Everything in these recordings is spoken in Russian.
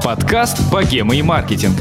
Подкаст «Богема и маркетинг».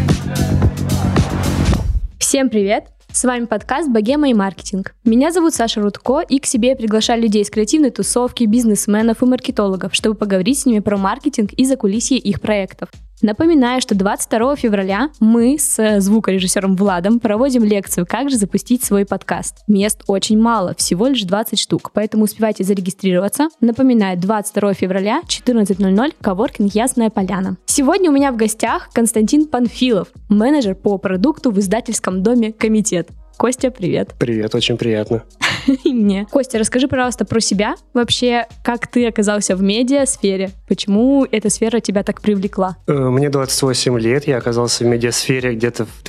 Всем привет! С вами подкаст «Богема и маркетинг». Меня зовут Саша Рудко, и к себе я приглашаю людей из креативной тусовки, бизнесменов и маркетологов, чтобы поговорить с ними про маркетинг и закулисье их проектов. Напоминаю, что 22 февраля мы с звукорежиссером Владом проводим лекцию «Как же запустить свой подкаст». Мест очень мало, всего лишь 20 штук, поэтому успевайте зарегистрироваться. Напоминаю, 22 февраля, 14:00, коворкинг «Ясная Поляна». Сегодня у меня в гостях Константин Панфилов, менеджер по продукту в издательском доме «Комитет». Костя, привет. Привет, очень приятно. И мне. Костя, расскажи, пожалуйста, про себя. Вообще, как ты оказался в медиасфере? Почему эта сфера тебя так привлекла? Мне 28 лет, я оказался в медиасфере где-то в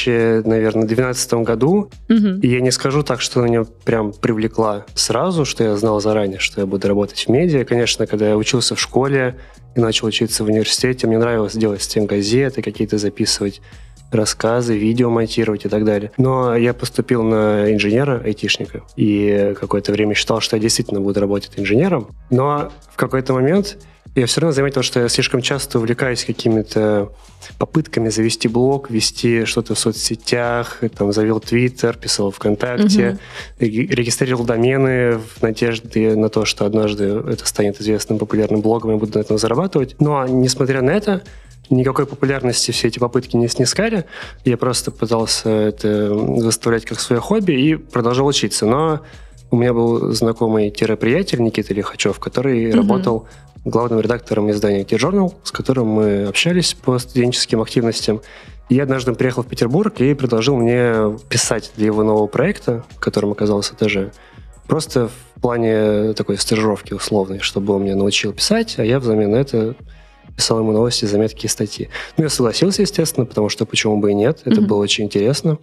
2012 году. И я не скажу так, что она меня прям привлекла сразу, что я знал заранее, что я буду работать в медиа. Конечно, когда я учился в школе и начал учиться в университете, мне нравилось делать стенгазеты, какие-то записывать рассказы, видео монтировать и так далее. Но я поступил на инженера, айтишника, и какое-то время считал, что я действительно буду работать инженером. Но в какой-то момент я все равно заметил, что я слишком часто увлекаюсь какими-то попытками завести блог, вести что-то в соцсетях, там, завел Твиттер, писал ВКонтакте, регистрировал домены в надежде на то, что однажды это станет известным популярным блогом, и я буду на этом зарабатывать. Но, несмотря на это, никакой популярности все эти попытки не снискали. Я просто пытался это выставлять как свое хобби и продолжал учиться. Но у меня был знакомый-приятель Никита Лихачев, который работал главным редактором издания T-Journal, с которым мы общались по студенческим активностям. И я однажды приехал в Петербург и предложил мне писать для его нового проекта, которым оказался ТЖ. Просто в плане такой стажировки условной, чтобы он меня научил писать, а я взамен на это писал ему новости, заметки и статьи. Ну, я согласился, естественно, потому что почему бы и нет. Это было очень интересно.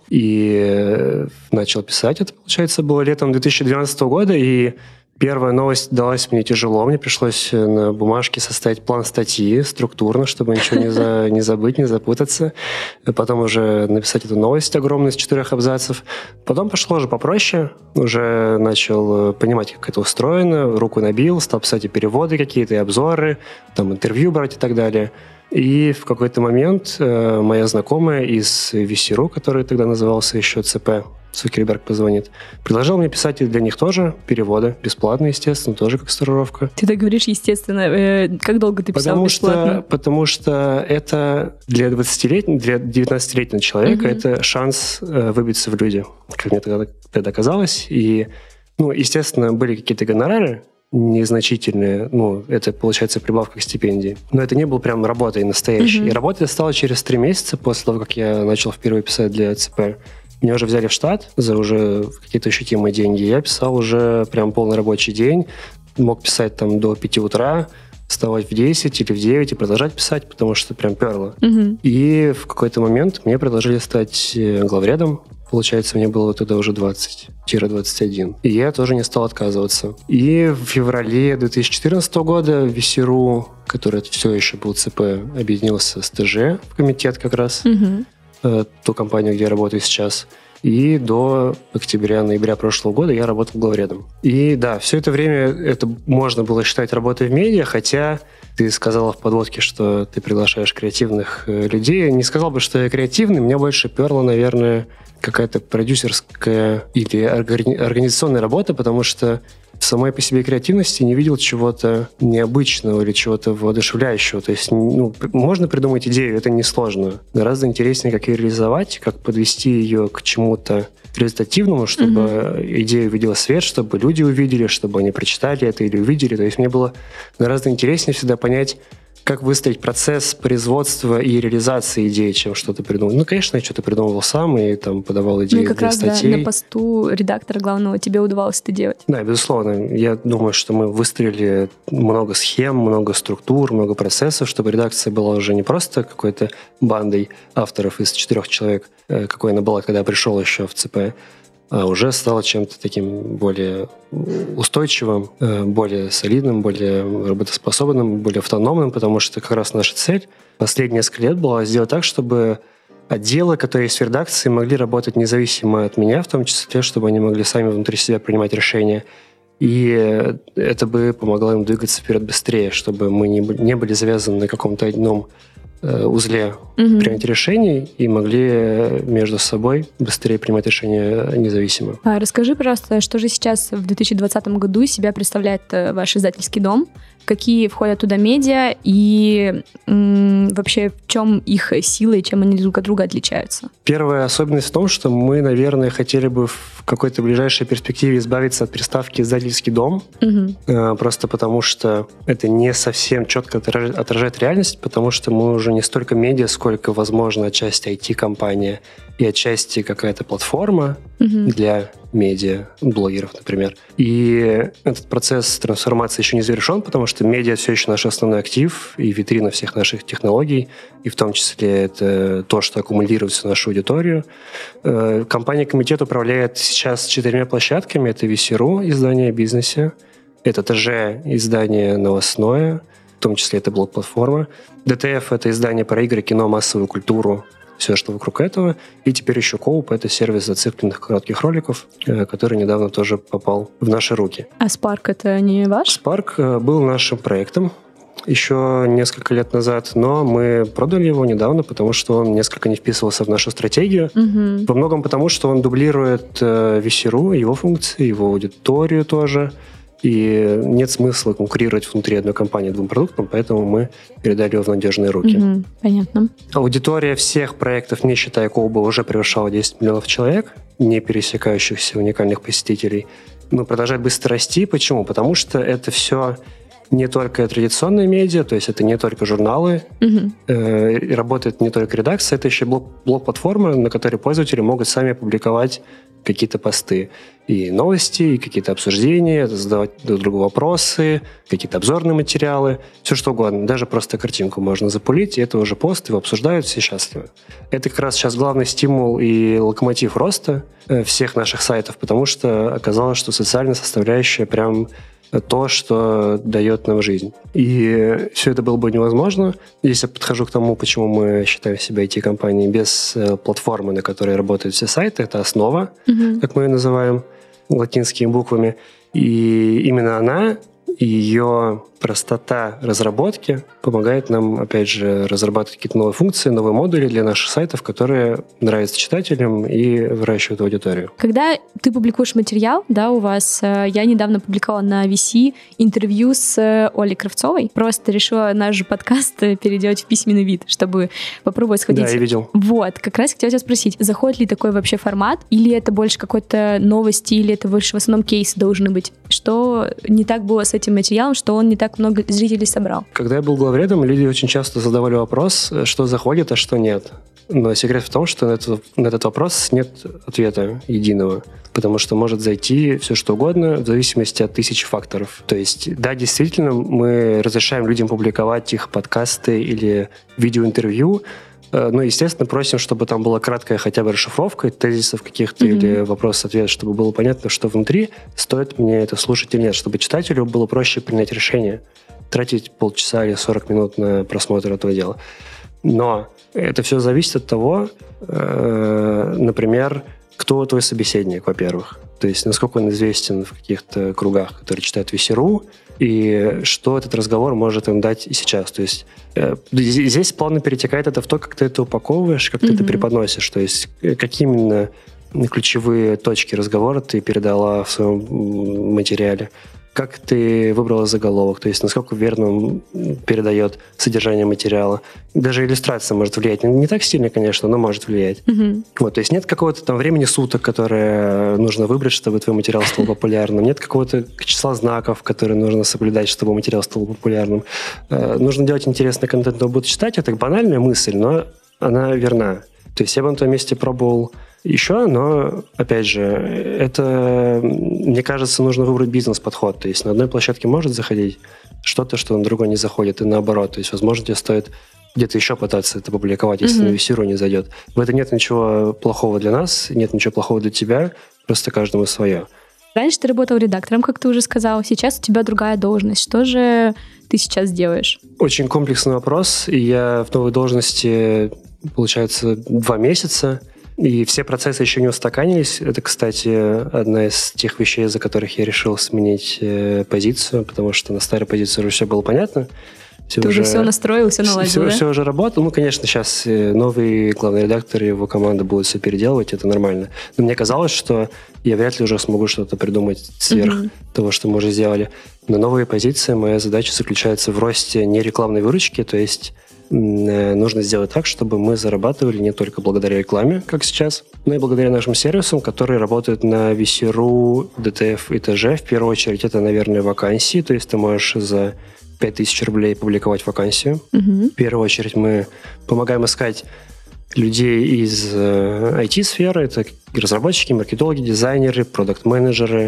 И начал писать. Это, получается, было летом 2012 года, и первая новость далась мне тяжело. Мне пришлось на бумажке составить план статьи структурно, чтобы ничего не забыть, не запутаться. Потом уже написать эту новость огромную из 4 абзацев. Потом пошло уже попроще. Уже начал понимать, как это устроено. Руку набил, стал писать и переводы какие-то, и обзоры, там интервью брать и так далее. И в какой-то момент моя знакомая из VC.ru, который тогда назывался еще ЦП, Цукерберг позвонит, предложил мне писать и для них тоже переводы, бесплатно, естественно, тоже как стажировка. Ты так говоришь, естественно. Как долго ты писал бесплатно? Потому что это для 19-летнего человека это шанс выбиться в люди, как мне тогда казалось. И, естественно, были какие-то гонорары незначительные, это, получается, прибавка к стипендии. Но это не был прям работой настоящей. И работать стало через 3 месяца после того, как я начал впервые писать для ЦП. Меня уже взяли в штат за уже какие-то ощутимые деньги. Я писал уже прям полный рабочий день. Мог писать там до 5 утра, вставать в 10 или в 9 и продолжать писать, потому что прям перло. И в какой-то момент мне предложили стать главредом. Получается, мне было тогда уже 20-21. И я тоже не стал отказываться. И в феврале 2014 года VC.ru, который все еще был ЦП, объединился с ТЖ в комитет как раз. Ту компанию, где я работаю сейчас. И до октября-ноября прошлого года я работал главредом. И да, все это время это можно было считать работой в медиа, хотя ты сказала в подводке, что ты приглашаешь креативных людей. Не сказал бы, что я креативный, меня больше перло, наверное, какая-то продюсерская или организационная работа, потому что в самой по себе креативности не видел чего-то необычного или чего-то воодушевляющего. То есть можно придумать идею, это несложно. Гораздо интереснее, как ее реализовать, как подвести ее к чему-то результативному, чтобы идея увидела свет, чтобы люди увидели, чтобы они прочитали это или увидели. То есть мне было гораздо интереснее всегда понять, как выстроить процесс производства и реализации идеи, чем что-то придумать. Конечно, я что-то придумывал сам и там подавал идеи для статей. Как раз, да, на посту редактора главного тебе удавалось это делать. Да, безусловно. Я думаю, что мы выстроили много схем, много структур, много процессов, чтобы редакция была уже не просто какой-то бандой авторов из 4 человек, какой она была, когда я пришел еще в ЦП, а уже стало чем-то таким более устойчивым, более солидным, более работоспособным, более автономным, потому что как раз наша цель последние несколько лет была сделать так, чтобы отделы, которые есть в редакции, могли работать независимо от меня, в том числе, чтобы они могли сами внутри себя принимать решения. И это бы помогло им двигаться вперед быстрее, чтобы мы не были завязаны на каком-то одном узле принятия решений и могли между собой быстрее принимать решения независимо. Расскажи, пожалуйста, что же сейчас в 2020 году из себя представляет ваш издательский дом? Какие входят туда медиа и вообще в чем их силы и чем они друг от друга отличаются? Первая особенность в том, что мы, наверное, хотели бы в какой-то ближайшей перспективе избавиться от приставки «издательский дом», просто потому что это не совсем четко отражает реальность, потому что мы уже не столько медиа, сколько, возможно, отчасти IT-компания и отчасти какая-то платформа для медиа, блогеров, например. И этот процесс трансформации еще не завершен, потому что медиа все еще наш основной актив и витрина всех наших технологий, и в том числе это то, что аккумулируется в нашу аудиторию. Компания «Комитет» управляет сейчас 4 площадками. Это VC.ru, издание о бизнесе. Это ТЖ, издание новостное, в том числе это блог-платформа. ДТФ — это издание про игры, кино, массовую культуру, все, что вокруг этого. И теперь еще Коуп — это сервис зацикленных коротких роликов, который недавно тоже попал в наши руки. А Spark — это не ваш? Spark был нашим проектом еще несколько лет назад, но мы продали его недавно, потому что он несколько не вписывался в нашу стратегию. Во многом потому, что он дублирует VC.ru, его функции, его аудиторию тоже. И нет смысла конкурировать внутри одной компании двум продуктам, поэтому мы передали его в надежные руки. Понятно. Аудитория всех проектов, не считая Коуба, уже превышала 10 миллионов человек, не пересекающихся уникальных посетителей. Но продолжает быстро расти. Почему? Потому что это все не только традиционные медиа, то есть это не только журналы, работает не только редакция, это еще блог-платформа, на которой пользователи могут сами публиковать какие-то посты. И новости, и какие-то обсуждения, задавать друг другу вопросы, какие-то обзорные материалы, все что угодно. Даже просто картинку можно запулить, и это уже пост, его обсуждают, все счастливы. Это как раз сейчас главный стимул и локомотив роста всех наших сайтов, потому что оказалось, что социальная составляющая прям то, что дает нам жизнь. И все это было бы невозможно. Здесь я подхожу к тому, почему мы считаем себя IT-компанией без платформы, на которой работают все сайты. Это основа, как мы ее называем, латинскими буквами. И именно она, ее простота разработки помогает нам, опять же, разрабатывать какие-то новые функции, новые модули для наших сайтов, которые нравятся читателям и выращивают аудиторию. Когда ты публикуешь материал, да, у вас, я недавно публиковала на VC интервью с Олей Кравцовой. Просто решила наш же подкаст переделать в письменный вид, чтобы попробовать сходить. Да, я видел. Вот, как раз хотела тебя спросить, заходит ли такой вообще формат, или это больше какой-то новости, или это больше в основном кейсы должны быть? Что не так было с этим материалом, что он не так много зрителей собрал? Когда я был главредом, люди очень часто задавали вопрос, что заходит, а что нет. Но секрет в том, что на этот вопрос нет ответа единого, потому что может зайти все что угодно в зависимости от тысячи факторов. То есть, да, действительно, мы разрешаем людям публиковать их подкасты или видеоинтервью, но, естественно, просим, чтобы там была краткая хотя бы расшифровка тезисов каких-то или вопрос-ответ, чтобы было понятно, что внутри, стоит мне это слушать или нет, чтобы читателю было проще принять решение, тратить полчаса или 40 минут на просмотр этого дела. Но это все зависит от того, например, кто твой собеседник, во-первых. То есть, насколько он известен в каких-то кругах, которые читают VC.ru, и что этот разговор может им дать и сейчас. То есть, здесь плавно перетекает это в то, как ты это упаковываешь, как ты это преподносишь. То есть, какие именно ключевые точки разговора ты передала в своем материале. Как ты выбрала заголовок, то есть насколько верно он передает содержание материала. Даже иллюстрация может влиять. Не так сильно, конечно, но может влиять. Вот, то есть нет какого-то там времени суток, которое нужно выбрать, чтобы твой материал стал популярным. Нет какого-то числа знаков, которые нужно соблюдать, чтобы материал стал популярным. Нужно делать интересный контент, но будут читать. Это банальная мысль, но она верна. То есть я бы на том месте пробовал еще, но, опять же, это, мне кажется, нужно выбрать бизнес-подход. То есть на одной площадке может заходить что-то, что на другой не заходит, и наоборот. То есть, возможно, тебе стоит где-то еще пытаться это публиковать, если на VC.ru не зайдет. В этом нет ничего плохого для нас, нет ничего плохого для тебя, просто каждому свое. Раньше ты работал редактором, как ты уже сказал, сейчас у тебя другая должность. Что же ты сейчас делаешь? Очень комплексный вопрос, и я в новой должности, получается, 2 месяца, и все процессы еще не устаканились. Это, кстати, одна из тех вещей, из-за которых я решил сменить позицию, потому что на старой позиции уже все было понятно. Ты уже все настроил, все наладил, все уже работало. Ну, конечно, сейчас новый главный редактор и его команда будут все переделывать, это нормально. Но мне казалось, что я вряд ли уже смогу что-то придумать сверх того, что мы уже сделали. На новые позиции моя задача заключается в росте нерекламной выручки, то есть нужно сделать так, чтобы мы зарабатывали не только благодаря рекламе, как сейчас, но и благодаря нашим сервисам, которые работают на VC.ru, DTF и ТЖ. В первую очередь это, наверное, вакансии, то есть ты можешь за 5000 рублей публиковать вакансию. В первую очередь мы помогаем искать людей из IT-сферы, это разработчики, маркетологи, дизайнеры, продакт-менеджеры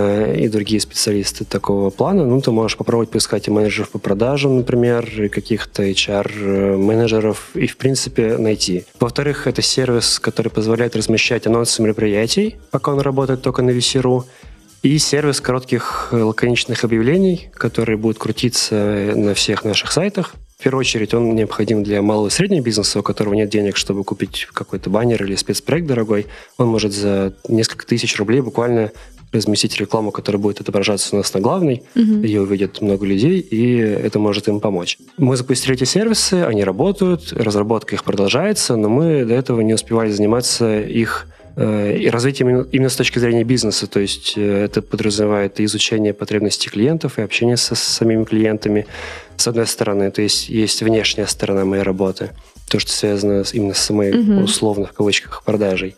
и другие специалисты такого плана. Ну, ты можешь попробовать поискать и менеджеров по продажам, например, и каких-то HR-менеджеров, и, в принципе, найти. Во-вторых, это сервис, который позволяет размещать анонсы мероприятий, пока он работает только на VC.ru, и сервис коротких лаконичных объявлений, которые будут крутиться на всех наших сайтах. В первую очередь он необходим для малого и среднего бизнеса, у которого нет денег, чтобы купить какой-то баннер или спецпроект дорогой. Он может за несколько тысяч рублей буквально разместить рекламу, которая будет отображаться у нас на главной. Ее увидят много людей, и это может им помочь. Мы запустили эти сервисы, они работают, разработка их продолжается, но мы до этого не успевали заниматься их и развитием именно с точки зрения бизнеса, то есть это подразумевает и изучение потребностей клиентов, и общение со самими клиентами, с одной стороны, то есть есть внешняя сторона моей работы, то, что связано именно с самой условно, в кавычках, продажей.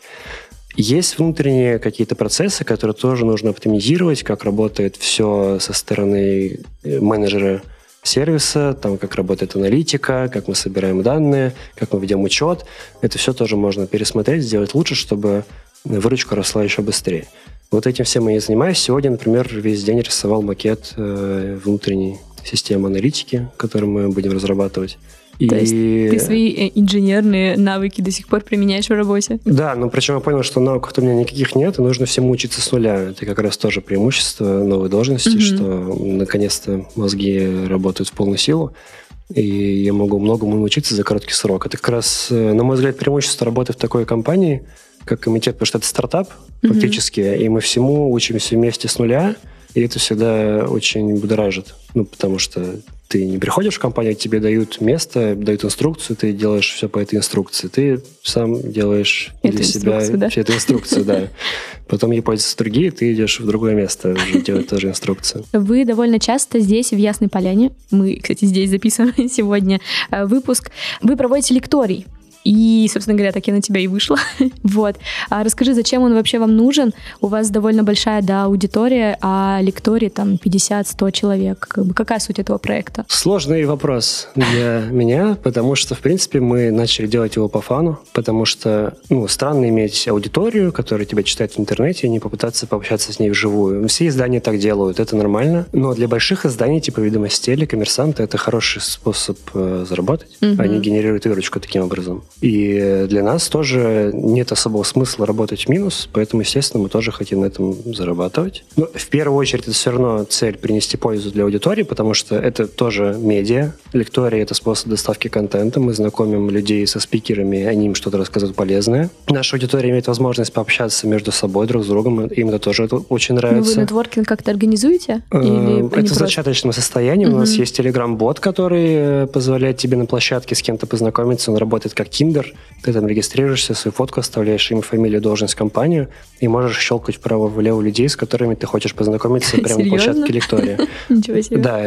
Есть внутренние какие-то процессы, которые тоже нужно оптимизировать, как работает все со стороны менеджера сервиса, там, как работает аналитика, как мы собираем данные, как мы ведем учет. Это все тоже можно пересмотреть, сделать лучше, чтобы выручка росла еще быстрее. Вот этим всем я и занимаюсь. Сегодня, например, весь день рисовал макет внутренней системы аналитики, которую мы будем разрабатывать. То есть ты свои инженерные навыки до сих пор применяешь в работе? Да, но причем я понял, что навыков у меня никаких нет, и нужно всему учиться с нуля. Это как раз тоже преимущество новой должности, что наконец-то мозги работают в полную силу, и я могу многому научиться за короткий срок. Это как раз, на мой взгляд, преимущество работы в такой компании, как комитет, потому что это стартап фактически, и мы всему учимся вместе с нуля, и это всегда очень будоражит. Ну, потому что ты не приходишь в компанию, тебе дают место, дают инструкцию, ты делаешь все по этой инструкции. Ты сам делаешь для себя всю эту инструкцию, да. Потом ей пользуются другие, ты идешь в другое место уже делать тоже инструкцию. Вы довольно часто здесь, в Ясной Поляне, мы, кстати, здесь записываем сегодня выпуск, вы проводите лекторий. И, собственно говоря, так я на тебя и вышла. Вот. А расскажи, зачем он вообще вам нужен? У вас довольно большая, да, аудитория, а лекторий там 50-100 человек. Какая суть этого проекта? Сложный вопрос для меня, потому что, в принципе, мы начали делать его по фану, потому что, странно иметь аудиторию, которая тебя читает в интернете, и не попытаться пообщаться с ней вживую. Все издания так делают, это нормально. Но для больших изданий, типа «Ведомостей» или «Коммерсанта», это хороший способ заработать. Они генерируют выручку таким образом. И для нас тоже нет особого смысла работать в минус, поэтому, естественно, мы тоже хотим на этом зарабатывать. Но в первую очередь это все равно цель принести пользу для аудитории, потому что это тоже медиа. Лектория — это способ доставки контента. Мы знакомим людей со спикерами, они им что-то рассказывают полезное. Наша аудитория имеет возможность пообщаться между собой, друг с другом. Им это тоже очень нравится. Вы нетворкинг как-то организуете? Это в зачаточном состоянии. У нас есть Telegram-бот, который позволяет тебе на площадке с кем-то познакомиться. Он работает как Tinder. Ты там регистрируешься, свою фотку оставляешь, имя, фамилию, должность, компанию, и можешь щелкать вправо-влево людей, с которыми ты хочешь познакомиться прямо на площадке лектория. Ничего себе. Да,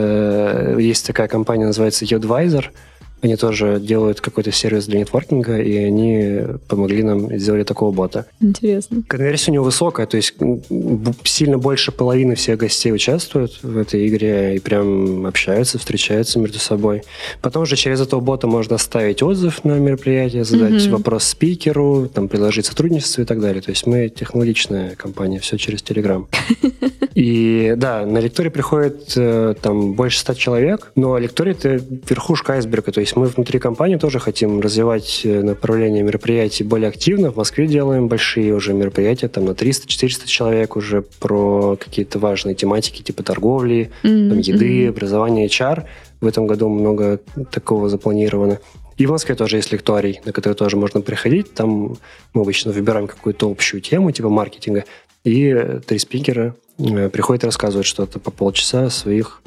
это есть такая компания, называется YouAdvisor. Они тоже делают какой-то сервис для нетворкинга, и они помогли нам сделать такого бота. Интересно. Конверсия у него высокая, то есть сильно больше половины всех гостей участвуют в этой игре и прям общаются, встречаются между собой. Потом же через этого бота можно оставить отзыв на мероприятие, задать вопрос спикеру, там, предложить сотрудничество и так далее. То есть мы технологичная компания, все через Telegram. И да, на лектории приходит там больше 100 человек, но лекторий — это верхушка айсберга, то есть мы внутри компании тоже хотим развивать направление мероприятий более активно. В Москве делаем большие уже мероприятия, там на 300-400 человек уже про какие-то важные тематики типа торговли, там, еды, образования, HR. В этом году много такого запланировано. И в Москве тоже есть лекторий, на который тоже можно приходить. Там мы обычно выбираем какую-то общую тему типа маркетинга, и 3 спикера приходят и рассказывают что-то по полчаса о своих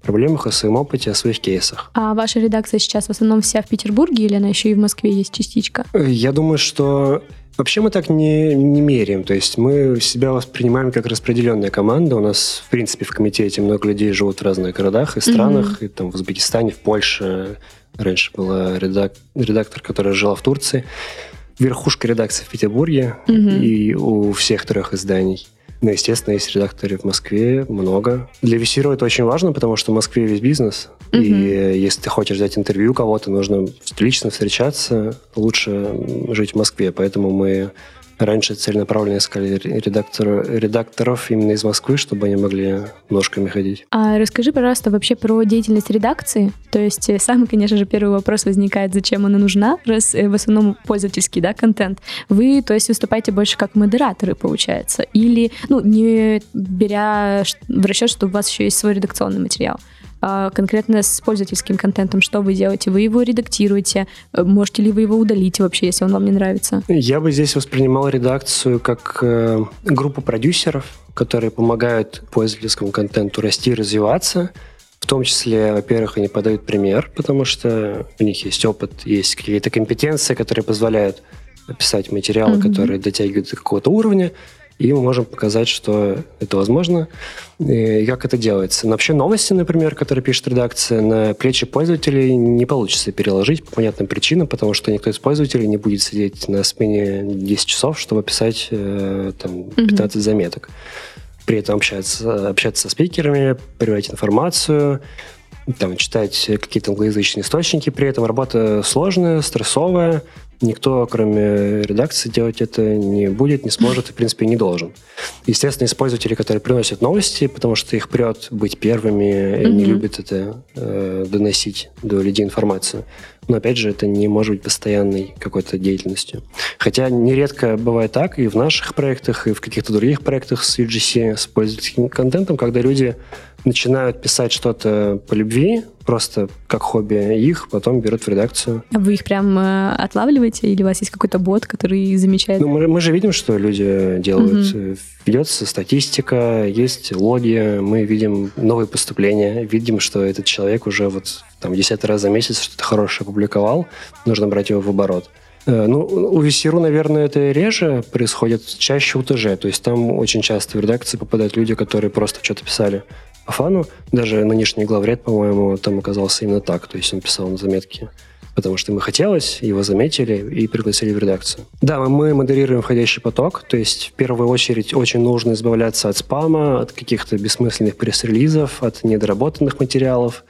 проблемах, о своем опыте, о своих кейсах. А ваша редакция сейчас в основном вся в Петербурге или она еще и в Москве есть частичка? Я думаю, что вообще мы так не меряем. То есть мы себя воспринимаем как распределенная команда. У нас, в принципе, в комитете много людей живут в разных городах и странах. И там в Узбекистане, в Польше. Раньше была редактор, которая жила в Турции. Верхушка редакции в Петербурге и у всех 3 изданий. Ну, естественно, есть редакторы в Москве, много. Для VC это очень важно, потому что в Москве весь бизнес. И если ты хочешь взять интервью у кого-то, нужно лично встречаться, лучше жить в Москве. Поэтому мы раньше целенаправленно искали редакторов именно из Москвы, чтобы они могли ножками ходить. А расскажи, пожалуйста, вообще про деятельность редакции. То есть самый, конечно же, первый вопрос возникает, зачем она нужна, раз в основном пользовательский, да, контент. Вы, то есть, выступаете больше как модераторы, получается? Или, не беря в расчет, что у вас еще есть свой редакционный материал? Конкретно с пользовательским контентом, что вы делаете? Вы его редактируете? Можете ли вы его удалить вообще, если он вам не нравится? Я бы здесь воспринимал редакцию как группу продюсеров, которые помогают пользовательскому контенту расти и развиваться. В том числе, во-первых, они подают пример, потому что у них есть опыт, есть какие-то компетенции, которые позволяют писать материалы, которые дотягивают до какого-то уровня. И мы можем показать, что это возможно, и как это делается. Но вообще новости, например, которые пишет редакция, на плечи пользователей не получится переложить по понятным причинам, потому что никто из пользователей не будет сидеть на смене 10 часов, чтобы писать 15 заметок. При этом общаться со спикерами, проверять информацию, читать какие-то англоязычные источники. При этом работа сложная, стрессовая. Никто, кроме редакции, делать это не будет, не сможет и, в принципе, не должен. Естественно, есть пользователи, которые приносят новости, потому что их прет быть первыми, и не любят это доносить до людей информацию. Но, опять же, это не может быть постоянной какой-то деятельностью. Хотя нередко бывает так и в наших проектах, и в каких-то других проектах с UGC, с пользовательским контентом, когда люди начинают писать что-то по любви, просто как хобби, их потом берут в редакцию. А вы их прям отлавливаете? Или у вас есть какой-то бот, который замечает? Мы же видим, что люди делают. Ведется статистика, есть логи, мы видим новые поступления, видим, что этот человек уже 10 раз за месяц что-то хорошее опубликовал, нужно брать его в оборот. У VC.ru, наверное, это реже происходит, чаще у ТЖ. То есть там очень часто в редакции попадают люди, которые просто что-то писали по фану. Даже нынешний главред, по-моему, там оказался именно так. То есть он писал на заметки, потому что ему хотелось, его заметили и пригласили в редакцию. Да, мы модерируем входящий поток, то есть в первую очередь очень нужно избавляться от спама, от каких-то бессмысленных пресс-релизов, от недоработанных материалов.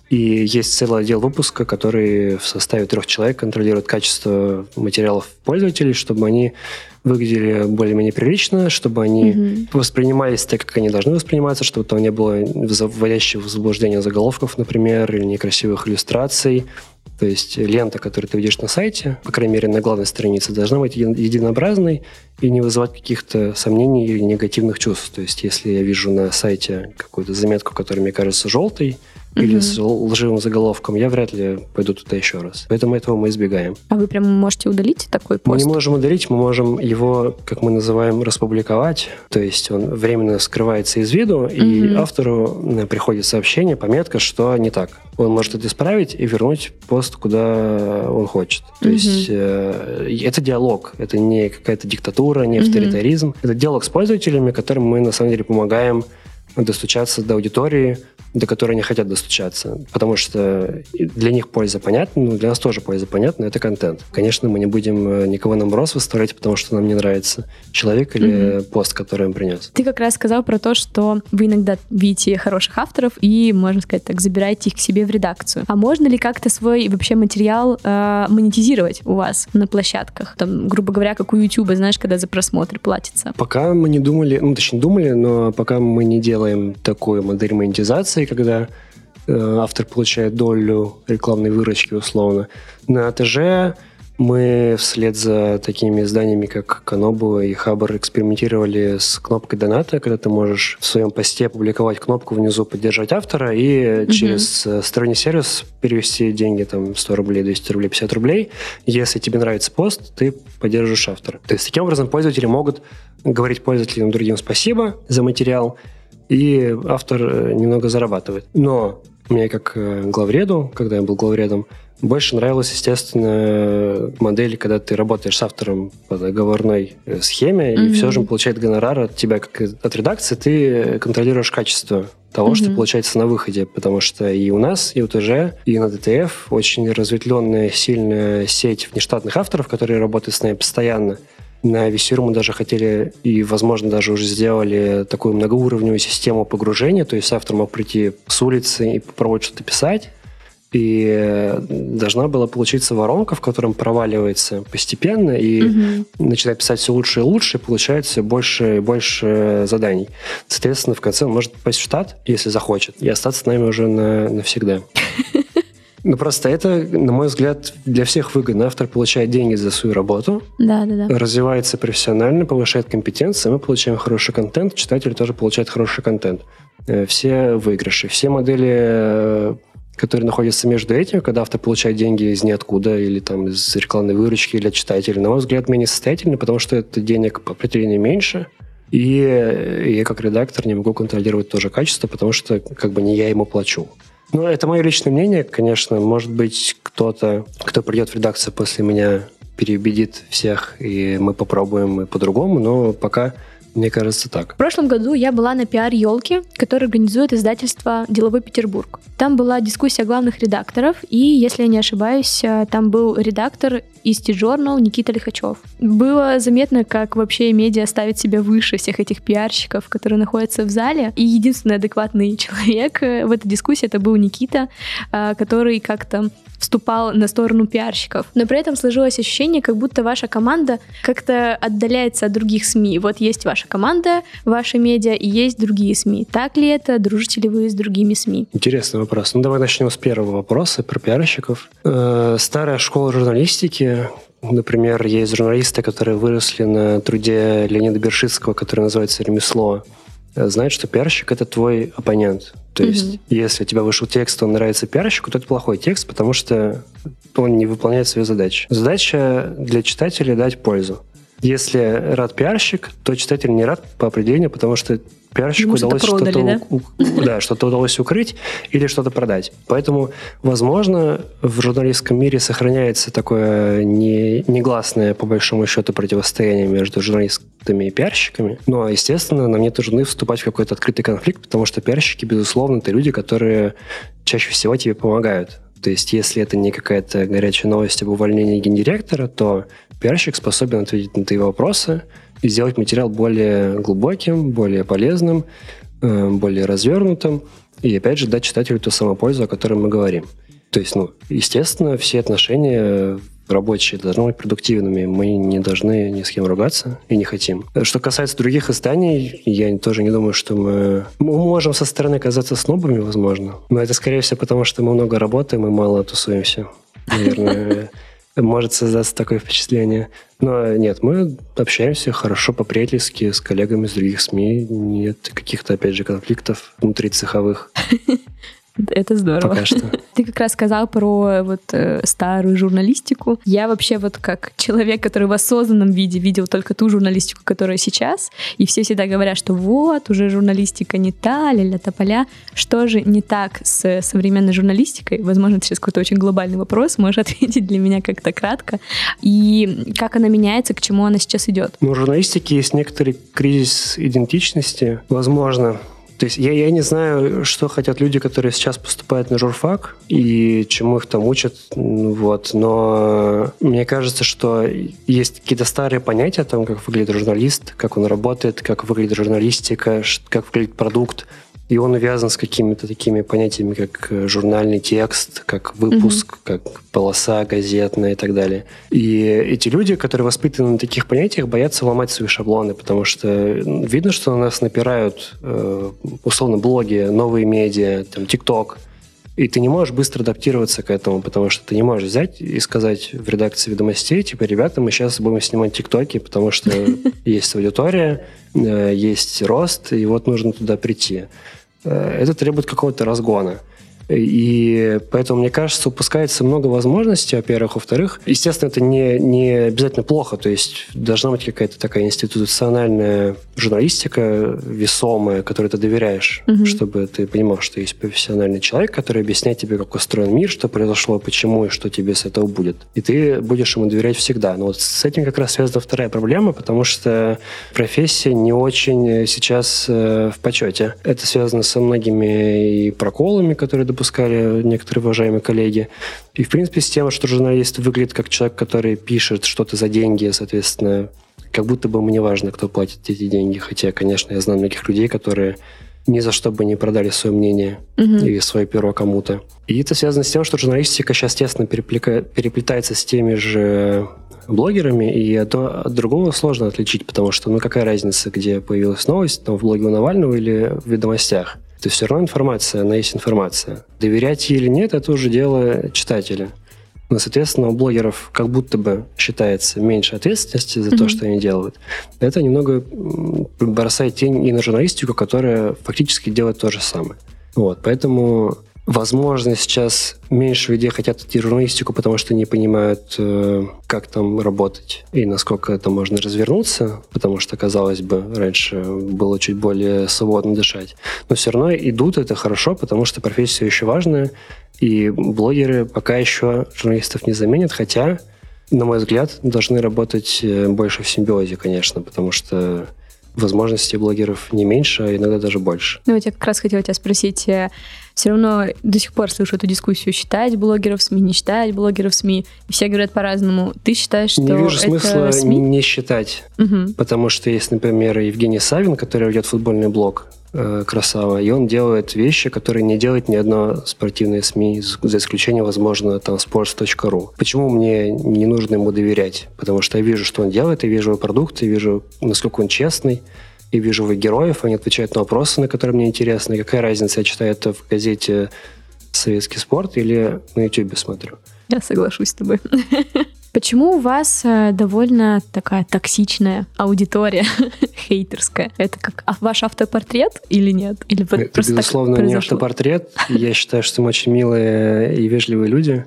И есть целый отдел выпуска, который в составе 3 человек контролирует качество материалов пользователей, чтобы они выглядели более-менее прилично, чтобы они воспринимались так, как они должны восприниматься, чтобы там не было вводящих в заблуждение заголовков, например, или некрасивых иллюстраций. То есть лента, которую ты видишь на сайте, по крайней мере, на главной странице, должна быть единообразной и не вызывать каких-то сомнений или негативных чувств. То есть если я вижу на сайте какую-то заметку, которая мне кажется желтой, или с лживым заголовком, я вряд ли пойду туда еще раз. Поэтому этого мы избегаем. А вы прям можете удалить такой пост? Мы не можем удалить, мы можем его, как мы называем, распубликовать. То есть он временно скрывается из виду, и автору приходит сообщение, пометка, что не так. Он может это исправить и вернуть пост, куда он хочет. То есть это диалог, это не какая-то диктатура, не авторитаризм. Это диалог с пользователями, которым мы на самом деле помогаем достучаться до аудитории, до которой они хотят достучаться. Потому что для них польза понятна, но для нас тоже польза понятна, это контент. Конечно, мы не будем никого на мороз выставлять, потому что нам не нравится человек или пост, который он принес. Ты как раз сказал про то, что вы иногда видите хороших авторов и, можно сказать так, забираете их к себе в редакцию. А можно ли как-то свой вообще материал монетизировать у вас на площадках? Там, грубо говоря, как у YouTube, знаешь, когда за просмотр платится. Пока мы не думали, думали, но пока мы не делаем такую модель монетизации, когда автор получает долю рекламной выручки условно. На ТЖ мы вслед за такими изданиями, как Konobu и Хабр, экспериментировали с кнопкой доната, когда ты можешь в своем посте опубликовать кнопку внизу «Поддержать автора» и через сторонний сервис перевести деньги, 100 рублей, 200 рублей, 50 рублей. Если тебе нравится пост, ты поддерживаешь автора. То есть таким образом пользователи могут говорить пользователям другим спасибо за материал, и автор немного зарабатывает. Но Мне как главреду, когда я был главредом, больше нравилась, естественно, модель, когда ты работаешь с автором по договорной схеме, и все же он получает гонорар от тебя, как от редакции, ты контролируешь качество того, что получается на выходе, потому что и у нас, и у ТЖ, и на ДТФ очень разветвленная, сильная сеть внештатных авторов, которые работают с нами постоянно. На VC.ru мы даже хотели и, возможно, даже уже сделали такую многоуровневую систему погружения, то есть автор мог прийти с улицы и попробовать что-то писать, и должна была получиться воронка, в котором проваливается постепенно и начинает писать все лучше и лучше, и получается все больше и больше заданий. Соответственно, в конце он может попасть в штат, если захочет, и остаться с нами уже навсегда. Ну, просто это, на мой взгляд, для всех выгодно. Автор получает деньги за свою работу, развивается профессионально, повышает компетенции, мы получаем хороший контент, читатель тоже получает хороший контент. Все выигрыши, все модели, которые находятся между этим, когда автор получает деньги из ниоткуда или там из рекламной выручки для читателя, на мой взгляд, менее состоятельны, потому что это денег по определению меньше, и я как редактор не могу контролировать тоже качество, потому что как бы не я ему плачу. Ну, это мое личное мнение, конечно. Может быть, кто-то, кто придет в редакцию после меня, переубедит всех, и мы попробуем и по-другому, но пока, мне кажется, так. В прошлом году я была на пиар-елке, которую организует издательство «Деловой Петербург». Там была дискуссия главных редакторов, и, если я не ошибаюсь, там был редактор из T-Journal Никита Лихачев. Было заметно, как вообще медиа ставит себя выше всех этих пиарщиков, которые находятся в зале. И единственный адекватный человек в этой дискуссии это был Никита, который как-то вступал на сторону пиарщиков. Но при этом сложилось ощущение, как будто ваша команда как-то отдаляется от других СМИ. Вот есть ваша команда, ваши медиа, и есть другие СМИ. Так ли это? Дружите ли вы с другими СМИ? Интересный вопрос. Ну, давай начнем с первого вопроса про пиарщиков. Старая школа журналистики. Например, есть журналисты, которые выросли на труде Леонида Бершицкого, который называется «Ремесло». Знают, что пиарщик – это твой оппонент. То есть, если у тебя вышел текст, он нравится пиарщику, то это плохой текст, потому что он не выполняет свою задачу. Задача для читателя – дать пользу. Если рад пиарщик, то читатель не рад по определению, потому что пиарщику удалось что-то удалось укрыть или что-то продать. Поэтому, возможно, в журналистском мире сохраняется такое негласное, по большому счету, противостояние между журналистами и пиарщиками. Но, естественно, нам нет нужды вступать в какой-то открытый конфликт, потому что пиарщики, безусловно, это люди, которые чаще всего тебе помогают. То есть, если это не какая-то горячая новость об увольнении гендиректора, то пиарщик способен ответить на твои вопросы и сделать материал более глубоким, более полезным, более развернутым, и, опять же, дать читателю ту самую пользу, о которой мы говорим. То есть, естественно, все отношения рабочие должны быть продуктивными. Мы не должны ни с кем ругаться и не хотим. Что касается других изданий, я тоже не думаю, что мы можем со стороны казаться снобами, возможно. Но это, скорее всего, потому что мы много работаем и мало тусуемся. Наверное, может создаться такое впечатление. Но нет, мы общаемся хорошо, по-приятельски с коллегами из других СМИ. Нет каких-то, опять же, конфликтов внутрицеховых. Это здорово. Пока что. Ты как раз сказал про старую журналистику. Я вообще как человек, который в осознанном виде видел только ту журналистику, которая сейчас, и все всегда говорят, что уже журналистика не та, ля-ля тополя. Что же не так с современной журналистикой? Возможно, это сейчас какой-то очень глобальный вопрос. Можешь ответить для меня как-то кратко. И как она меняется, к чему она сейчас идет? У журналистики есть некоторый кризис идентичности. Возможно. То есть я не знаю, что хотят люди, которые сейчас поступают на журфак и чему их там учат, но мне кажется, что есть какие-то старые понятия о том, как выглядит журналист, как он работает, как выглядит журналистика, как выглядит продукт, и он увязан с какими-то такими понятиями, как журнальный текст, как выпуск, как полоса газетная и так далее. И эти люди, которые воспитаны на таких понятиях, боятся ломать свои шаблоны, потому что видно, что на нас напирают, условно, блоги, новые медиа, там, ТикТок, и ты не можешь быстро адаптироваться к этому, потому что ты не можешь взять и сказать в редакции «Ведомостей», типа, ребята, мы сейчас будем снимать ТикТоки, потому что есть аудитория, есть рост, и вот нужно туда прийти. Это требует какого-то разгона. И поэтому, мне кажется, упускается много возможностей, во-первых. Во-вторых, естественно, это не обязательно плохо. То есть должна быть какая-то такая институциональная журналистика весомая, которой ты доверяешь, чтобы ты понимал, что есть профессиональный человек, который объясняет тебе, как устроен мир, что произошло, почему и что тебе с этого будет. И ты будешь ему доверять всегда. Но вот с этим как раз связана вторая проблема, потому что профессия не очень сейчас в почете. Это связано со многими и проколами, которые допускали некоторые уважаемые коллеги. И, в принципе, с тем, что журналист выглядит как человек, который пишет что-то за деньги, соответственно, как будто бы ему не важно, кто платит эти деньги. Хотя, конечно, я знаю многих людей, которые ни за что бы не продали свое мнение или свое перо кому-то. И это связано с тем, что журналистика сейчас тесно переплетается с теми же блогерами, и одно от другого сложно отличить, потому что, какая разница, где появилась новость, там, в блоге у Навального или в «Ведомостях». То есть все равно информация, она есть информация. Доверять ей или нет, это уже дело читателя. Но, соответственно, у блогеров как будто бы считается меньше ответственности за то, что они делают. Это немного бросает тень и на журналистику, которая фактически делает то же самое. Вот, поэтому, возможно, сейчас меньше людей хотят идти в журналистику, потому что не понимают, как там работать и насколько это можно развернуться, потому что, казалось бы, раньше было чуть более свободно дышать. Но все равно идут, это хорошо, потому что профессия еще важная, и блогеры пока еще журналистов не заменят, хотя, на мой взгляд, должны работать больше в симбиозе, конечно, потому что возможностей блогеров не меньше, а иногда даже больше. Вот я как раз хотела тебя спросить, все равно до сих пор слышу эту дискуссию, считать блогеров СМИ, не считать блогеров СМИ, и все говорят по-разному. Ты считаешь, что не вижу это смысла СМИ? Не считать, потому что есть, например, Евгений Савин, который ведет футбольный блог «Красава», и он делает вещи, которые не делает ни одно спортивное СМИ, за исключением, возможно, там sports.ru. Почему мне не нужно ему доверять? Потому что я вижу, что он делает, я вижу его продукты, я вижу, насколько он честный, и вижу его героев, они отвечают на вопросы, на которые мне интересны. Какая разница, я читаю это в газете «Советский спорт» или на YouTube смотрю? Я соглашусь с тобой. Почему у вас довольно такая токсичная аудитория, хейтерская? Это как ваш автопортрет или нет? Или это, безусловно, не автопортрет. Я считаю, что мы очень милые и вежливые люди.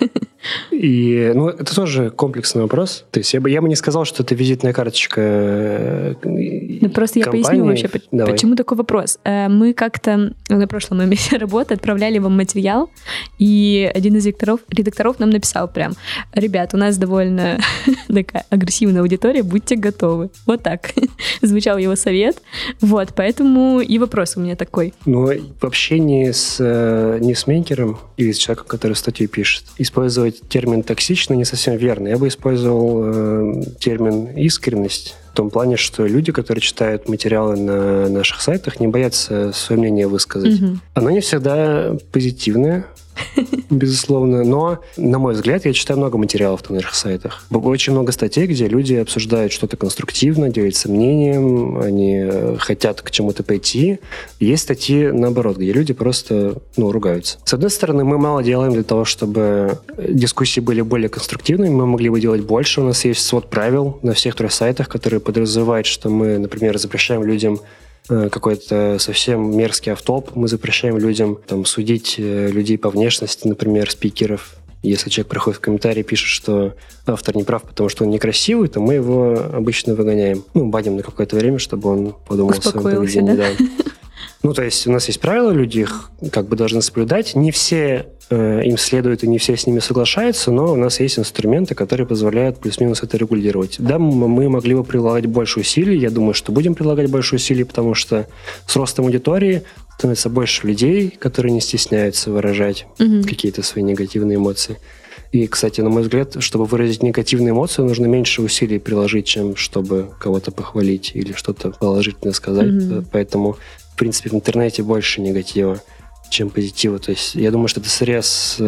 И, это тоже комплексный вопрос. То есть я бы не сказал, что это визитная карточка просто я поясню вообще, почему такой вопрос. Мы как-то на прошлом месте работы отправляли вам материал, и один из редакторов нам написал прям: ребят, у нас довольно такая агрессивная аудитория, будьте готовы. Вот так звучал его совет. Вот, поэтому и вопрос у меня такой. В общении с ньюсмейкером или с человеком, который статью пишет, использовать термин «токсично» не совсем верно. Я бы использовал термин «искренность». В том плане, что люди, которые читают материалы на наших сайтах, не боятся свое мнение высказать. Оно не всегда позитивное, безусловно, но, на мой взгляд, я читаю много материалов на наших сайтах. Очень много статей, где люди обсуждают что-то конструктивно, делятся мнением, они хотят к чему-то пойти. Есть статьи, наоборот, где люди просто, ругаются. С одной стороны, мы мало делаем для того, чтобы дискуссии были более конструктивными, мы могли бы делать больше. У нас есть свод правил на всех 3 сайтах, которые подразумевают, что мы, например, запрещаем людям какой-то совсем мерзкий автоп. Мы запрещаем людям судить людей по внешности, например, спикеров. Если человек приходит в комментарии и пишет, что автор не прав, потому что он некрасивый, то мы его обычно выгоняем. Баним на какое-то время, чтобы он подумал о своем поведении. Да. То есть у нас есть правила, люди их должны соблюдать. Не все им следуют и не все с ними соглашаются, но у нас есть инструменты, которые позволяют плюс-минус это регулировать. Да, мы могли бы прилагать больше усилий. Я думаю, что будем прилагать больше усилий, потому что с ростом аудитории становится больше людей, которые не стесняются выражать какие-то свои негативные эмоции. И, кстати, на мой взгляд, чтобы выразить негативные эмоции, нужно меньше усилий приложить, чем чтобы кого-то похвалить или что-то положительно сказать. Поэтому, в принципе, в интернете больше негатива, чем позитива. То есть я думаю, что это срез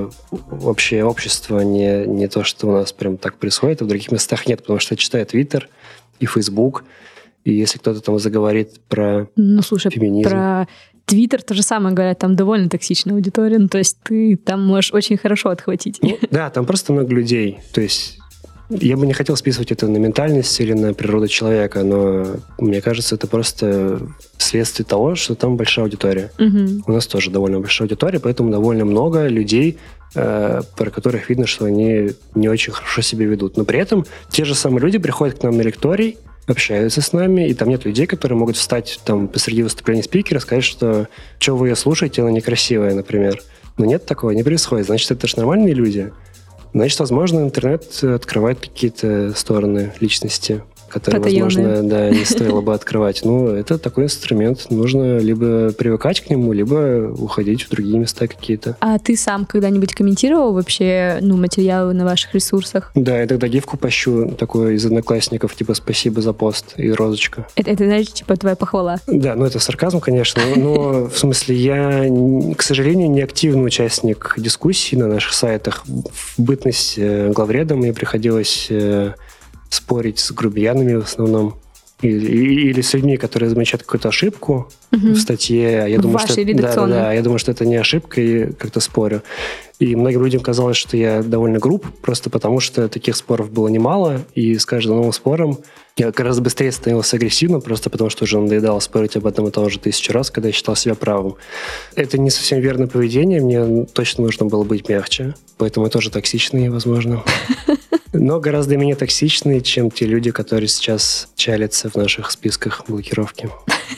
вообще общества, не то, что у нас прям так происходит, а в других местах нет, потому что я читаю Twitter и Facebook, и если кто-то там заговорит про феминизм... Про Твиттер то же самое говорят, там довольно токсичная аудитория, то есть ты там можешь очень хорошо отхватить. Да, там просто много людей, то есть я бы не хотел списывать это на ментальность или на природу человека, но мне кажется, это просто вследствие того, что там большая аудитория. Угу. У нас тоже довольно большая аудитория, поэтому довольно много людей, про которых видно, что они не очень хорошо себя ведут. Но при этом те же самые люди приходят к нам на лекторий, общаются с нами, и там нет людей, которые могут встать там посреди выступления спикера и сказать, что вы ее слушаете, она некрасивая, например. Но нет такого, не происходит. Значит, это же нормальные люди. Значит, возможно, интернет открывает какие-то стороны личности, которые, возможно, не стоило бы открывать. Ну, это такой инструмент. Нужно либо привыкать к нему, либо уходить в другие места какие-то. А ты сам когда-нибудь комментировал вообще материалы на ваших ресурсах? Да, я тогда гифку пощу такой из одноклассников, типа «спасибо за пост» и розочка. Это знаешь, типа твоя похвала? Да, это сарказм, конечно, но в смысле я, к сожалению, не активный участник дискуссий на наших сайтах. В бытность главредом мне приходилось спорить с грубиянами в основном. Или с людьми, которые замечают какую-то ошибку в статье. Я думаю, что я думаю, что это не ошибка, и как-то спорю. И многим людям казалось, что я довольно груб, просто потому что таких споров было немало, и с каждым новым спором я гораздо быстрее становился агрессивным, просто потому что уже надоедало спорить об этом и том же 1000 раз, когда я считал себя правым. Это не совсем верное поведение, мне точно нужно было быть мягче, поэтому я тоже токсичный, возможно. Но гораздо менее токсичный, чем те люди, которые сейчас чалятся в наших списках блокировки.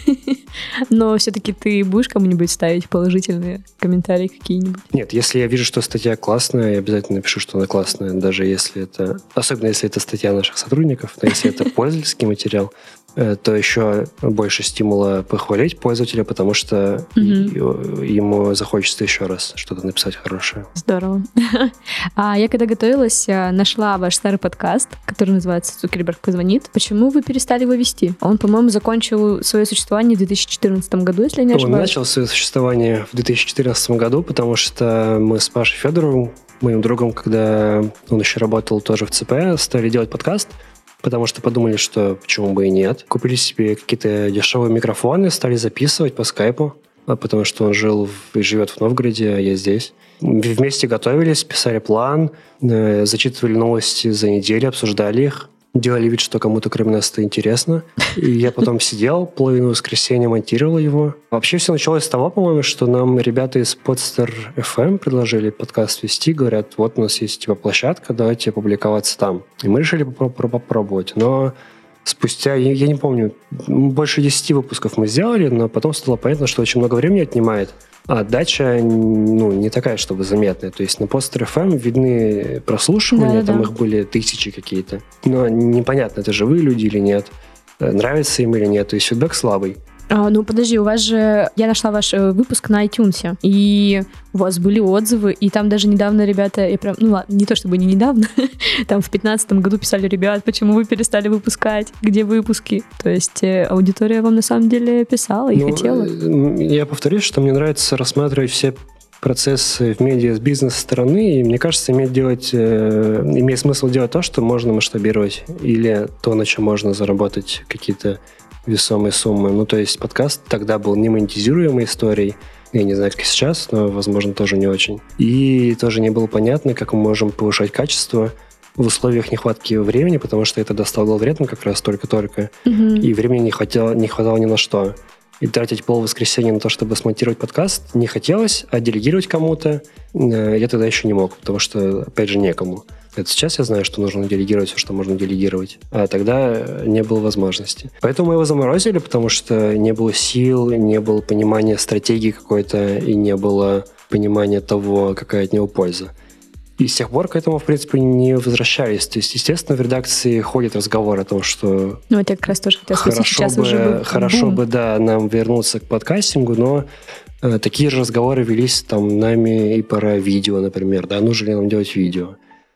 Но все-таки ты будешь кому-нибудь ставить положительные комментарии какие-нибудь? Нет, если я вижу, что статья классная, я обязательно напишу, что она классная, даже если это... Особенно если это статья наших сотрудников, но если это пользовательский материал, то еще больше стимула похвалить пользователя, потому что ему захочется еще раз что-то написать хорошее. Здорово. А я когда готовилась, нашла ваш старый подкаст, который называется «Цукерберг позвонит». Почему вы перестали его вести? Он, по-моему, закончил свое существование в 2014 году, если я не ошибаюсь. Он начал свое существование в 2014 году, потому что мы с Пашей Федоровым, моим другом, когда он еще работал тоже в ЦП, стали делать подкаст, потому что подумали, что почему бы и нет. Купили себе какие-то дешевые микрофоны, стали записывать по скайпу, потому что он жил и живет в Новгороде, а я здесь. Вместе готовились, писали план, зачитывали новости за неделю, обсуждали их. Делали вид, что кому-то кроме нас это интересно. И я потом сидел, половину воскресенья монтировал его. Вообще все началось с того, по-моему, что нам ребята из Podster FM предложили подкаст вести. Говорят, вот у нас есть площадка, давайте публиковаться там. И мы решили попробовать. Но спустя, я не помню, больше 10 выпусков мы сделали, но потом стало понятно, что очень много времени отнимает. А отдача, не такая, чтобы заметная. То есть на Podster FM видны прослушивания, там их были 1000 какие-то. Но непонятно, это живые люди или нет, нравится им или нет. То есть фидбэк слабый. Подожди, у вас же... Я нашла ваш выпуск на iTunes, и у вас были отзывы, и там даже недавно ребята... не то чтобы не недавно, там в 2015 году писали: ребят, почему вы перестали выпускать? Где выпуски? То есть аудитория вам на самом деле писала и хотела. Я повторюсь, что мне нравится рассматривать все процессы в медиа с бизнес-стороны, и мне кажется, имеет смысл делать то, что можно масштабировать, или то, на чем можно заработать какие-то весомые суммы. То есть подкаст тогда был не монетизируемой историей. Я не знаю, как сейчас, но, возможно, тоже не очень. И тоже не было понятно, как мы можем повышать качество в условиях нехватки времени, потому что это достало вредно как раз только-только. И времени не хватало ни на что. И тратить полвоскресенья на то, чтобы смонтировать подкаст, не хотелось, а делегировать кому-то я тогда еще не мог, потому что, опять же, некому. Это сейчас я знаю, что нужно делегировать все, что можно делегировать, а тогда не было возможности. Поэтому мы его заморозили, потому что не было сил, не было понимания стратегии какой-то, и не было понимания того, какая от него польза. И с тех пор к этому, в принципе, не возвращались. То есть, естественно, в редакции ходит разговор о том, что... это как раз тоже хотела спросить, сейчас уже хорошо бы, нам вернуться к подкастингу, но такие же разговоры велись нами и про видео, например. Нужно ли нам делать видео?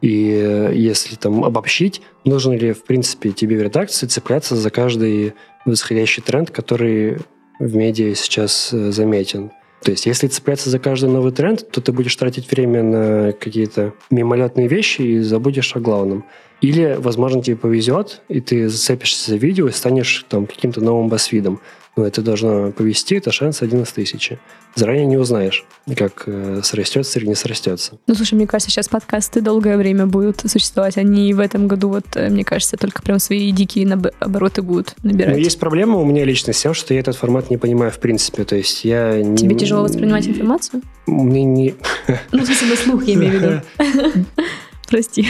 И если обобщить, нужно ли, в принципе, тебе в редакции цепляться за каждый восходящий тренд, который в медиа сейчас заметен. То есть, если цепляться за каждый новый тренд, то ты будешь тратить время на какие-то мимолетные вещи и забудешь о главном. Или, возможно, тебе повезет, и ты зацепишься за видео и станешь каким-то новым басвидом. Но это должно повести, это шанс 1 из 1000. Заранее не узнаешь, как срастется или не срастется. Ну, слушай, мне кажется, сейчас подкасты долгое время будут существовать. Они в этом году, вот, мне кажется, только прям свои дикие обороты будут набирать. Но есть проблема у меня лично с тем, что я этот формат не понимаю в принципе. То есть я... Тебе тяжело воспринимать информацию? Мне не... Ну, в смысле, на слух, я имею в виду. Прости.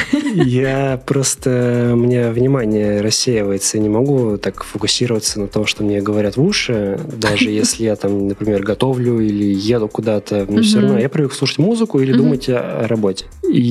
Я просто... У меня внимание рассеивается. Я не могу так фокусироваться на том, что мне говорят в уши. Даже если я там, например, готовлю или еду куда-то. Мне все равно. Я привык слушать музыку или думать о работе.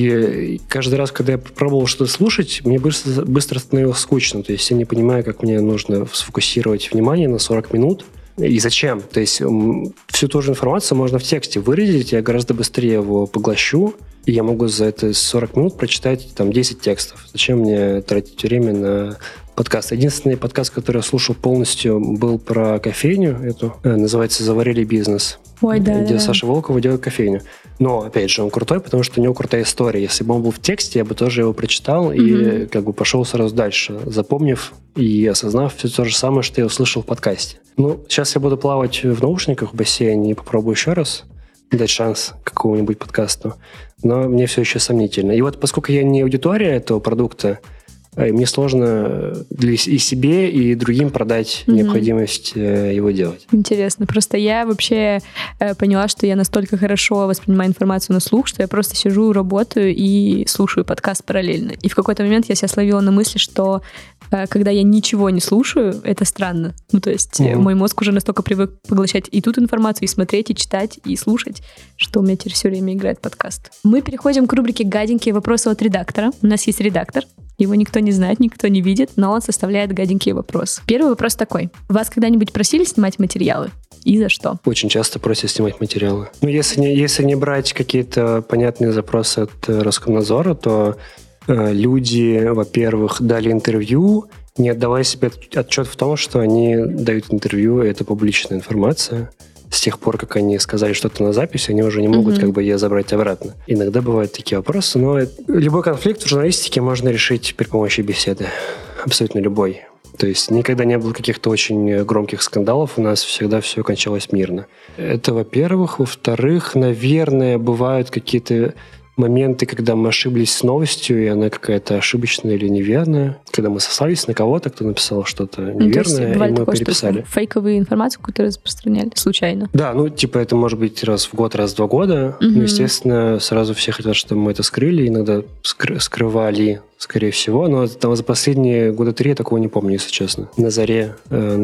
И каждый раз, когда я пробовал что-то слушать, мне быстро становилось скучно. То есть я не понимаю, как мне нужно сфокусировать внимание на 40 минут. И зачем? То есть всю ту же информацию можно в тексте выразить, я гораздо быстрее его поглощу, и я могу за это 40 минут прочитать там 10 текстов. Зачем мне тратить время на подкаст? Единственный подкаст, который я слушал полностью, был про кофейню эту. Называется «Заварили бизнес». Ой, да, где да. Саша Волкова делает кофейню. Но, опять же, он крутой, потому что у него крутая история. Если бы он был в тексте, я бы тоже его прочитал и как бы пошел сразу дальше, запомнив и осознав все то же самое, что я услышал в подкасте. Ну, сейчас я буду плавать в наушниках в бассейне и попробую еще раз дать шанс какому-нибудь подкасту. Но мне все еще сомнительно. И вот поскольку я не аудитория этого продукта, мне сложно и себе, и другим продать необходимость его делать. Интересно. Просто я вообще поняла, что я настолько хорошо воспринимаю информацию на слух, что я просто сижу, работаю и слушаю подкаст параллельно. И в какой-то момент я себя словила на мысли, что когда я ничего не слушаю, это странно. Ну, то есть мой мозг уже настолько привык поглощать и тут информацию, и смотреть, и читать, и слушать, что у меня теперь все время играет подкаст. Мы переходим к рубрике «Гаденькие вопросы от редактора». У нас есть редактор. Его никто не знает, никто не видит, но он составляет гаденькие вопросы. Первый вопрос такой. Вас когда-нибудь просили снимать материалы? И за что? Очень часто просят снимать материалы. Ну, если не брать какие-то понятные запросы от Роскомнадзора, то люди, во-первых, дали интервью, не отдавая себе отчет в том, что они дают интервью, и это публичная информация. С тех пор, как они сказали что-то на записи, они уже не могут как бы ее забрать обратно. Иногда бывают такие вопросы, но любой конфликт в журналистике можно решить при помощи беседы. Абсолютно любой. То есть никогда не было каких-то очень громких скандалов, у нас всегда все кончалось мирно. Это, во-первых. Во-вторых, наверное, бывают какие-то моменты, когда мы ошиблись с новостью, и она какая-то ошибочная или неверная. Когда мы сослались на кого-то, кто написал что-то неверное, и мы переписали. Фейковую информацию какую-то распространяли случайно. Да, ну, типа, это может быть раз в год, раз в 2 года. Ну, естественно, сразу все хотят, чтобы мы это скрыли. Иногда скрывали, скорее всего. Но там за последние 3 года я такого не помню, если честно. На заре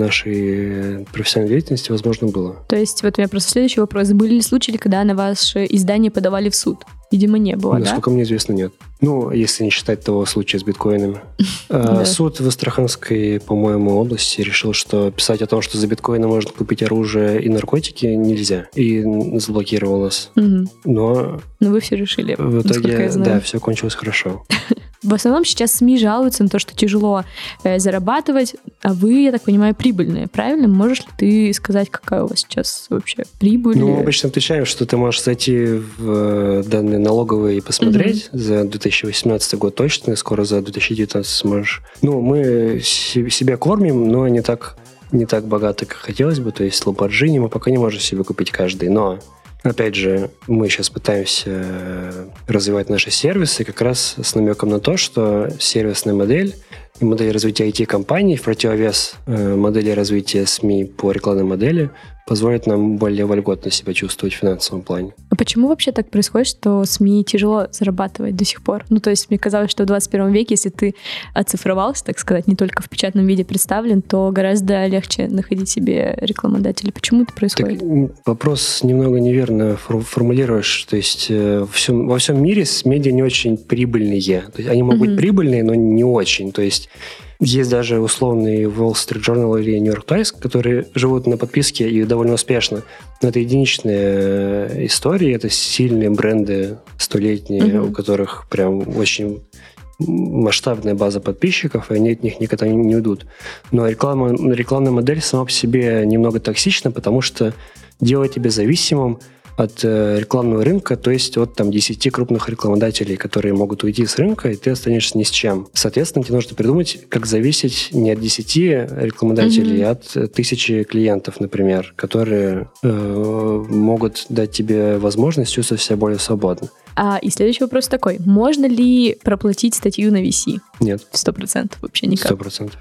нашей профессиональной деятельности, возможно, было. То есть, вот у меня просто следующий вопрос. Были ли случаи, когда на ваше издание подавали в суд? Видимо, не было, да? Насколько мне известно, нет. Ну, если не считать того случая с биткоинами. Суд в Астраханской, по-моему, области решил, что писать о том, что за биткоины можно купить оружие и наркотики, нельзя. И заблокировал нас. Но вы все решили, в итоге, да, все кончилось хорошо. В основном сейчас СМИ жалуются на то, что тяжело зарабатывать, а вы, я так понимаю, прибыльные, правильно? Можешь ли ты сказать, какая у вас сейчас вообще прибыль? Ну, мы обычно отвечаем, что ты можешь зайти в данные налоговые и посмотреть за 2018 год точно, и скоро за 2019 сможешь. Ну, мы себя кормим, но не так богато, как хотелось бы. То есть Lamborghini мы пока не можем себе купить каждый, но... Опять же, мы сейчас пытаемся развивать наши сервисы как раз с намеком на то, что сервисная модель и модель развития IT-компаний в противовес модели развития СМИ по рекламной модели позволит нам более вольготно себя чувствовать в финансовом плане. А почему вообще так происходит, что СМИ тяжело зарабатывать до сих пор? Ну, то есть мне казалось, что в 21 веке, если ты оцифровался, так сказать, не только в печатном виде представлен, то гораздо легче находить себе рекламодателей. Почему это происходит? Так, вопрос немного неверно формулируешь. То есть во всем мире медиа не очень прибыльные. То есть они могут быть прибыльные, но не очень. То есть есть даже условные Wall Street Journal или New York Times, которые живут на подписке и довольно успешно. Но это единичные истории, это сильные бренды столетние, у которых прям очень масштабная база подписчиков, и они от них никогда не уйдут. Но рекламная модель сама по себе немного токсична, потому что делает тебя зависимым от рекламного рынка, то есть от 10 крупных рекламодателей, которые могут уйти с рынка, и ты останешься ни с чем. Соответственно, тебе нужно придумать, как зависеть не от 10 рекламодателей, а от 1000 клиентов, например, которые могут дать тебе возможность чувствовать себя более свободно. И следующий вопрос такой. Можно ли проплатить статью на VC? Нет. 100% вообще никак? 100%.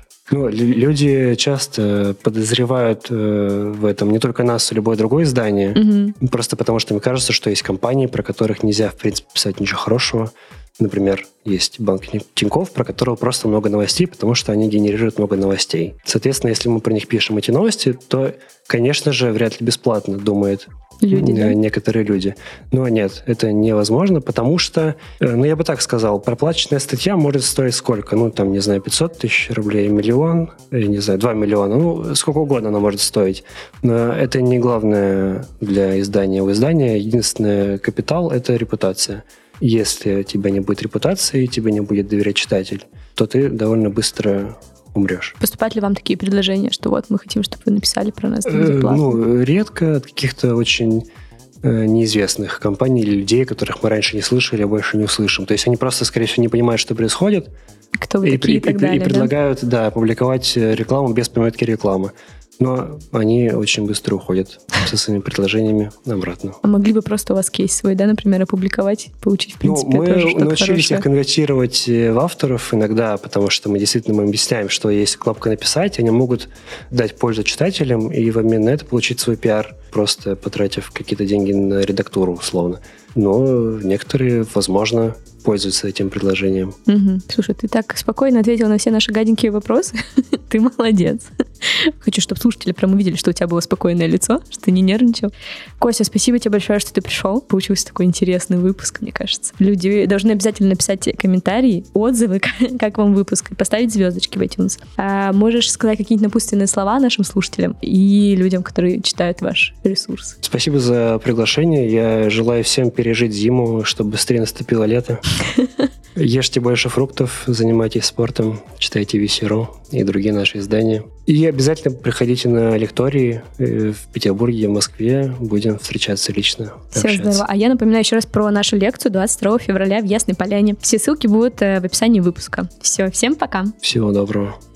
Люди часто подозревают в этом не только нас, а любое другое издание, просто потому что мне кажется, что есть компании, про которых нельзя, в принципе, писать ничего хорошего. Например, есть банк Тинькофф, про которого просто много новостей, потому что они генерируют много новостей. Соответственно, если мы про них пишем эти новости, то, конечно же, вряд ли бесплатно, думают некоторые люди. Но нет, это невозможно, потому что, я бы так сказал, проплаченная статья может стоить сколько? 500 тысяч рублей, миллион, 2 миллиона, сколько угодно она может стоить. Но это не главное для издания. У издания единственный капитал – это репутация. Если у тебя не будет репутации, тебе не будет доверять читатель, то ты довольно быстро умрешь. Поступают ли вам такие предложения, что мы хотим, чтобы вы написали про нас бесплатно? Редко, от каких-то очень неизвестных компаний или людей, которых мы раньше не слышали, а больше не услышим. То есть они просто, скорее всего, не понимают, что происходит. Кто вы такие и так далее, и предлагают, публиковать рекламу без пометки рекламы. Но они очень быстро уходят со своими предложениями обратно. А могли бы просто у вас кейс свой, например, опубликовать, получить, в принципе, мы тоже что-то научились хорошее? их конвертировать в авторов иногда, потому что мы действительно объясняем, что есть кнопка «Написать», они могут дать пользу читателям и в обмен на это получить свой пиар, просто потратив какие-то деньги на редактуру, условно. Но некоторые, возможно, пользуются этим предложением. Слушай, ты так спокойно ответил на все наши гаденькие вопросы. Ты молодец. Хочу, чтобы слушатели прям увидели, что у тебя было спокойное лицо, что ты не нервничал. Костя, спасибо тебе большое, что ты пришел. Получился такой интересный выпуск, мне кажется. Люди должны обязательно написать тебе комментарии, отзывы, как вам выпуск, и поставить звездочки в iTunes. Можешь сказать какие-нибудь напутственные слова нашим слушателям и людям, которые читают ваш ресурс? Спасибо за приглашение. Я желаю всем пережить зиму, чтобы быстрее наступило лето. Ешьте больше фруктов, занимайтесь спортом, читайте VC.ru и другие наши издания. И обязательно приходите на лектории в Петербурге, в Москве. Будем встречаться лично. Все здорово. А я напоминаю еще раз про нашу лекцию 22 февраля в Ясной Поляне. Все ссылки будут в описании выпуска. Все, всем пока. Всего доброго.